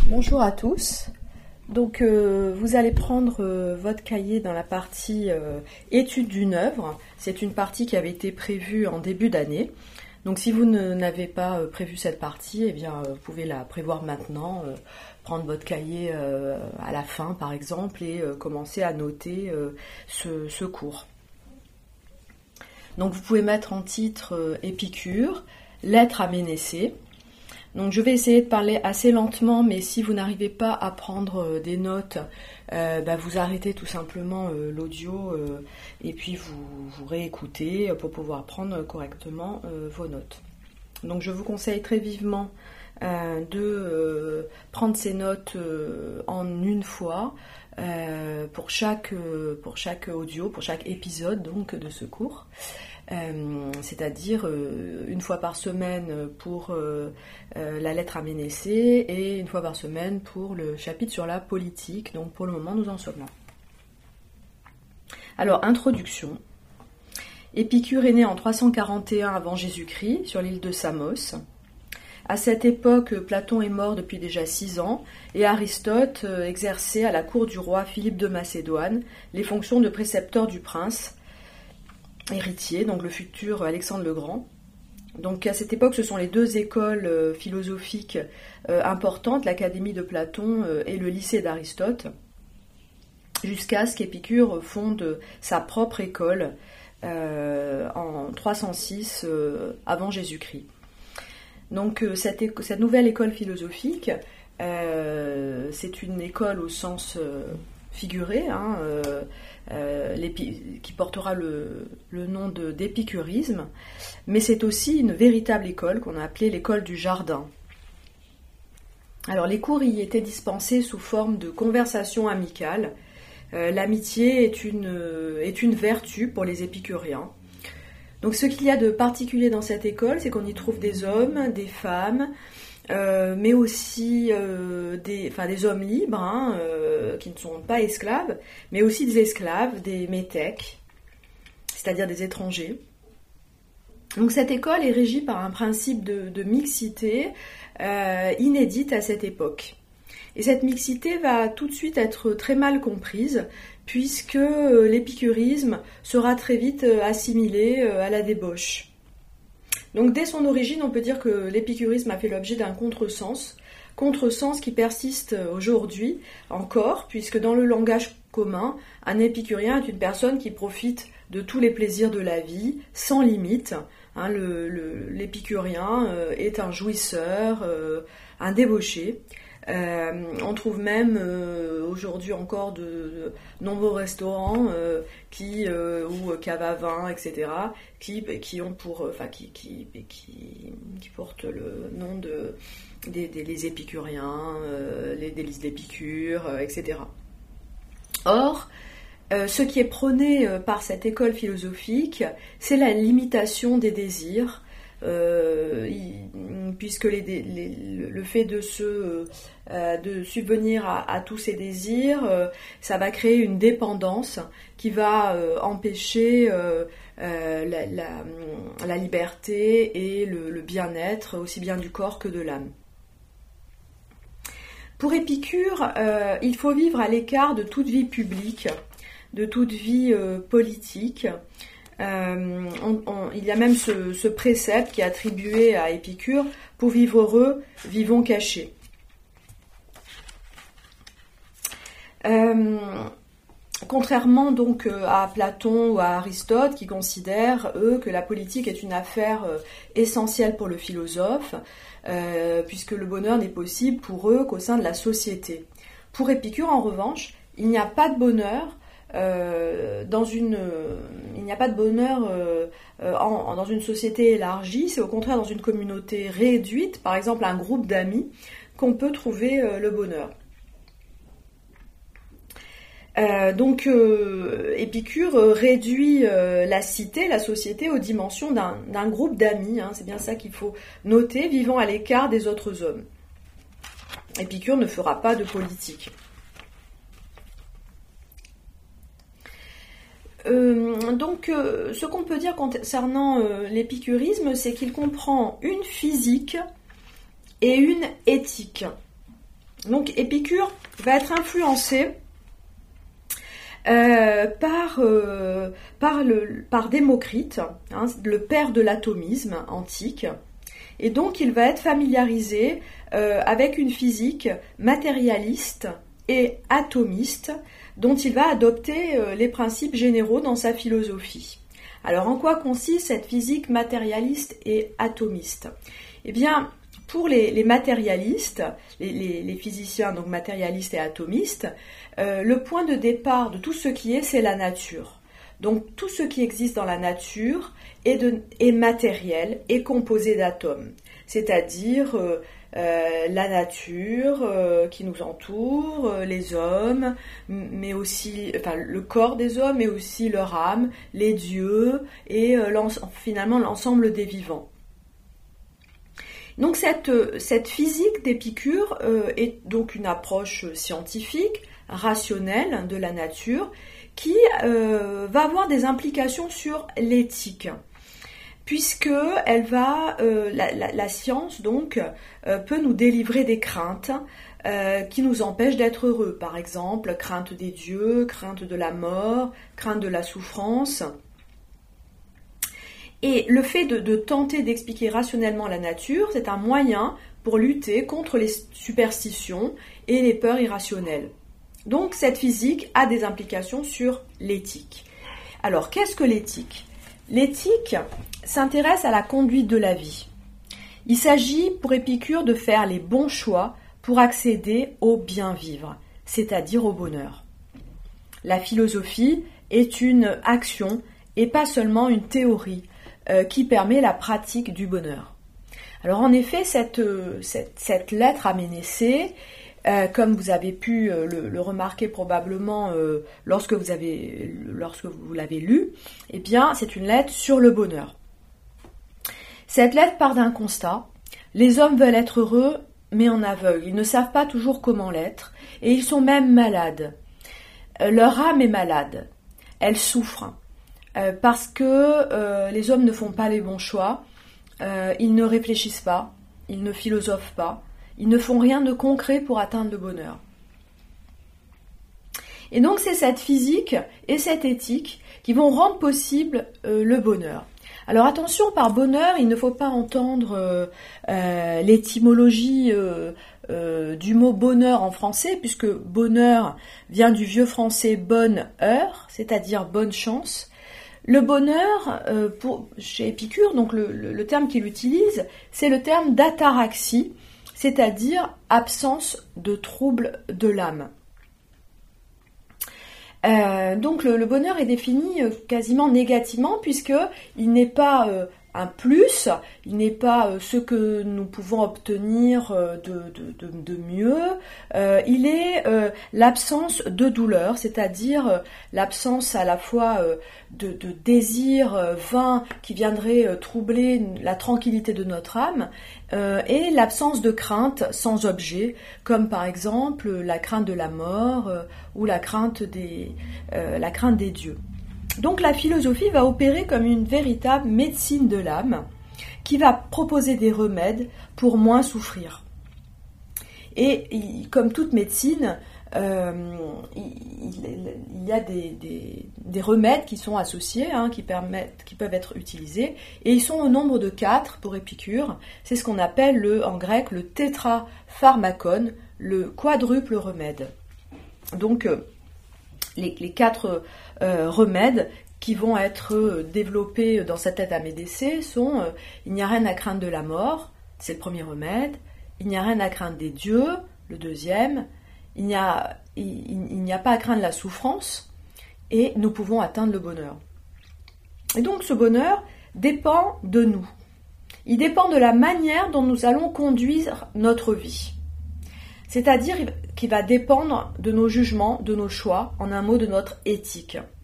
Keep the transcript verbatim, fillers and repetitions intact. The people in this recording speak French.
Bonjour à tous. Donc euh, vous allez prendre euh, votre cahier dans la partie euh, étude d'une œuvre. C'est une partie qui avait été prévue en début d'année. Donc si vous ne, n'avez pas euh, prévu cette partie, eh bien euh, vous pouvez la prévoir maintenant, euh, prendre votre cahier euh, à la fin par exemple et euh, commencer à noter euh, ce, ce cours. Donc vous pouvez mettre en titre euh, Épicure, lettre à Ménécée. Donc je vais essayer de parler assez lentement, mais si vous n'arrivez pas à prendre des notes, euh, bah vous arrêtez tout simplement euh, l'audio euh, et puis vous, vous réécoutez pour pouvoir prendre correctement euh, vos notes. Donc je vous conseille très vivement euh, de euh, prendre ces notes euh, en une fois euh, pour chaque, euh, pour chaque audio, pour chaque épisode donc, de ce cours. Euh, c'est-à-dire euh, une fois par semaine pour euh, euh, la lettre à Ménécée et une fois par semaine pour le chapitre sur la politique. Donc pour le moment, nous en sommes là. Alors, introduction. Épicure est né en trois cent quarante et un avant Jésus-Christ sur l'île de Samos. À cette époque, Platon est mort depuis déjà six ans et Aristote exerçait à la cour du roi Philippe de Macédoine les fonctions de précepteur du prince héritier, donc le futur Alexandre le Grand. Donc à cette époque, ce sont les deux écoles euh, philosophiques euh, importantes, l'Académie de Platon euh, et le lycée d'Aristote, jusqu'à ce qu'Épicure fonde sa propre école euh, en trois cent six euh, avant Jésus-Christ. Donc euh, cette, éco- cette nouvelle école philosophique, euh, c'est une école au sens euh, figuré, hein, euh, Euh, qui portera le, le nom de, d'épicurisme, mais c'est aussi une véritable école qu'on a appelée l'école du jardin. Alors les cours y étaient dispensés sous forme de conversation amicale. Euh, l'amitié est une, est une vertu pour les épicuriens. Donc ce qu'il y a de particulier dans cette école, c'est qu'on y trouve des hommes, des femmes, Euh, mais aussi euh, des, enfin, des hommes libres, hein, euh, qui ne sont pas esclaves, mais aussi des esclaves, des métèques, c'est-à-dire des étrangers. Donc cette école est régie par un principe de, de mixité euh, inédite à cette époque. Et cette mixité va tout de suite être très mal comprise, puisque l'épicurisme sera très vite assimilé à la débauche. Donc dès son origine, on peut dire que l'épicurisme a fait l'objet d'un contresens, contresens qui persiste aujourd'hui encore, puisque dans le langage commun, un épicurien est une personne qui profite de tous les plaisirs de la vie, sans limite. Hein, le, le, l'épicurien euh, est un jouisseur, euh, un débauché. Euh, on trouve même euh, aujourd'hui encore de, de nombreux restaurants euh, qui euh, ou cave à vin, et cetera, qui, qui ont pour, enfin qui, qui, qui, qui portent le nom de des, des les épicuriens, euh, les délices d'Épicure, euh, et cetera. Or, euh, ce qui est prôné euh, par cette école philosophique, c'est la limitation des désirs. Euh, il, puisque les, les, le fait de se euh, de subvenir à, à tous ces désirs, euh, ça va créer une dépendance qui va euh, empêcher euh, euh, la, la, la liberté et le, le bien-être aussi bien du corps que de l'âme. Pour Épicure, euh, il faut vivre à l'écart de toute vie publique, de toute vie euh, politique. Euh, on, on, il y a même ce, ce précepte qui est attribué à Épicure: pour vivre heureux, vivons cachés. Euh, contrairement donc à Platon ou à Aristote, qui considèrent eux que la politique est une affaire euh, essentielle pour le philosophe, euh, puisque le bonheur n'est possible pour eux qu'au sein de la société. Pour Épicure, en revanche, il n'y a pas de bonheur. Euh, dans une, euh, il n'y a pas de bonheur euh, euh, en, dans une société élargie, c'est au contraire dans une communauté réduite, par exemple un groupe d'amis, qu'on peut trouver euh, le bonheur. Euh, donc euh, Épicure euh, réduit euh, la cité, la société, aux dimensions d'un, d'un groupe d'amis, hein, c'est bien ça qu'il faut noter, vivant à l'écart des autres hommes. Épicure ne fera pas de politique. Euh, donc, euh, ce qu'on peut dire concernant euh, l'épicurisme, c'est qu'il comprend une physique et une éthique. Donc Épicure va être influencé euh, par, euh, par, le, par Démocrite, hein, le père de l'atomisme antique, et donc il va être familiarisé euh, avec une physique matérialiste et atomiste, dont il va adopter euh, les principes généraux dans sa philosophie. Alors en quoi consiste cette physique matérialiste et atomiste ? Eh bien, pour les, les matérialistes, les, les, les physiciens donc matérialistes et atomistes, euh, le point de départ de tout ce qui est, c'est la nature. Donc tout ce qui existe dans la nature est, de, est matériel, est composé d'atomes, c'est-à-dire euh, euh, la nature euh, qui nous entoure, euh, les hommes, mais aussi, enfin le corps des hommes, mais aussi leur âme, les dieux et euh, l'ens- finalement l'ensemble des vivants. Donc cette, cette physique d'Épicure euh, est donc une approche scientifique, rationnelle de la nature, qui euh, va avoir des implications sur l'éthique, puisque elle va, euh, la, la, la science donc euh, peut nous délivrer des craintes euh, qui nous empêchent d'être heureux. Par exemple, crainte des dieux, crainte de la mort, crainte de la souffrance. Et le fait de, de tenter d'expliquer rationnellement la nature, c'est un moyen pour lutter contre les superstitions et les peurs irrationnelles. Donc cette physique a des implications sur l'éthique. Alors qu'est-ce que l'éthique ? L'éthique s'intéresse à la conduite de la vie. Il s'agit pour Épicure de faire les bons choix pour accéder au bien vivre, c'est-à-dire au bonheur. La philosophie est une action et pas seulement une théorie euh, qui permet la pratique du bonheur. Alors en effet, cette, cette, cette lettre à Ménécée, euh, comme vous avez pu euh, le, le remarquer probablement euh, lorsque vous avez, lorsque vous l'avez lu, eh bien c'est une lettre sur le bonheur. Cette lettre part d'un constat. Les hommes veulent être heureux, mais en aveugle. Ils ne savent pas toujours comment l'être, et ils sont même malades. Euh, leur âme est malade. Elle souffre, euh, parce que euh, les hommes ne font pas les bons choix, euh, ils ne réfléchissent pas, ils ne philosophent pas, ils ne font rien de concret pour atteindre le bonheur. Et donc c'est cette physique et cette éthique qui vont rendre possible euh, le bonheur. Alors attention, par bonheur, il ne faut pas entendre euh, euh, l'étymologie euh, euh, du mot bonheur en français, puisque bonheur vient du vieux français bonne heure, c'est-à-dire bonne chance. Le bonheur, euh, pour, chez Épicure, donc le, le, le terme qu'il utilise, c'est le terme d'ataraxie, c'est-à-dire absence de trouble de l'âme. Euh, donc le, le bonheur est défini euh, quasiment négativement, puisque il n'est pas euh, un plus, il n'est pas euh, ce que nous pouvons obtenir euh, de, de, de, de mieux, euh, il est euh, l'absence de douleur, c'est-à-dire euh, l'absence à la fois euh, de, de désir euh, vain qui viendrait euh, troubler la tranquillité de notre âme, euh, et l'absence de crainte sans objet, comme par exemple la crainte de la mort euh, ou la crainte des, euh, la crainte des dieux. Donc la philosophie va opérer comme une véritable médecine de l'âme qui va proposer des remèdes pour moins souffrir. Et comme toute médecine, euh, il, il y a des, des, des remèdes qui sont associés, hein, qui, permettent, qui peuvent être utilisés, et ils sont au nombre de quatre pour Épicure. C'est ce qu'on appelle le, en grec le tétrapharmakon, le quadruple remède. Donc euh, les, les quatre euh, remèdes qui vont être développés dans cette lettre à Ménécée sont euh, il n'y a rien à craindre de la mort, c'est le premier remède, il n'y a rien à craindre des dieux, le deuxième, il n'y a, il, il n'y a pas à craindre la souffrance, et nous pouvons atteindre le bonheur. Et donc ce bonheur dépend de nous. Il dépend de la manière dont nous allons conduire notre vie. C'est-à-dire qu'il va dépendre de nos jugements, de nos choix, en un mot de notre éthique.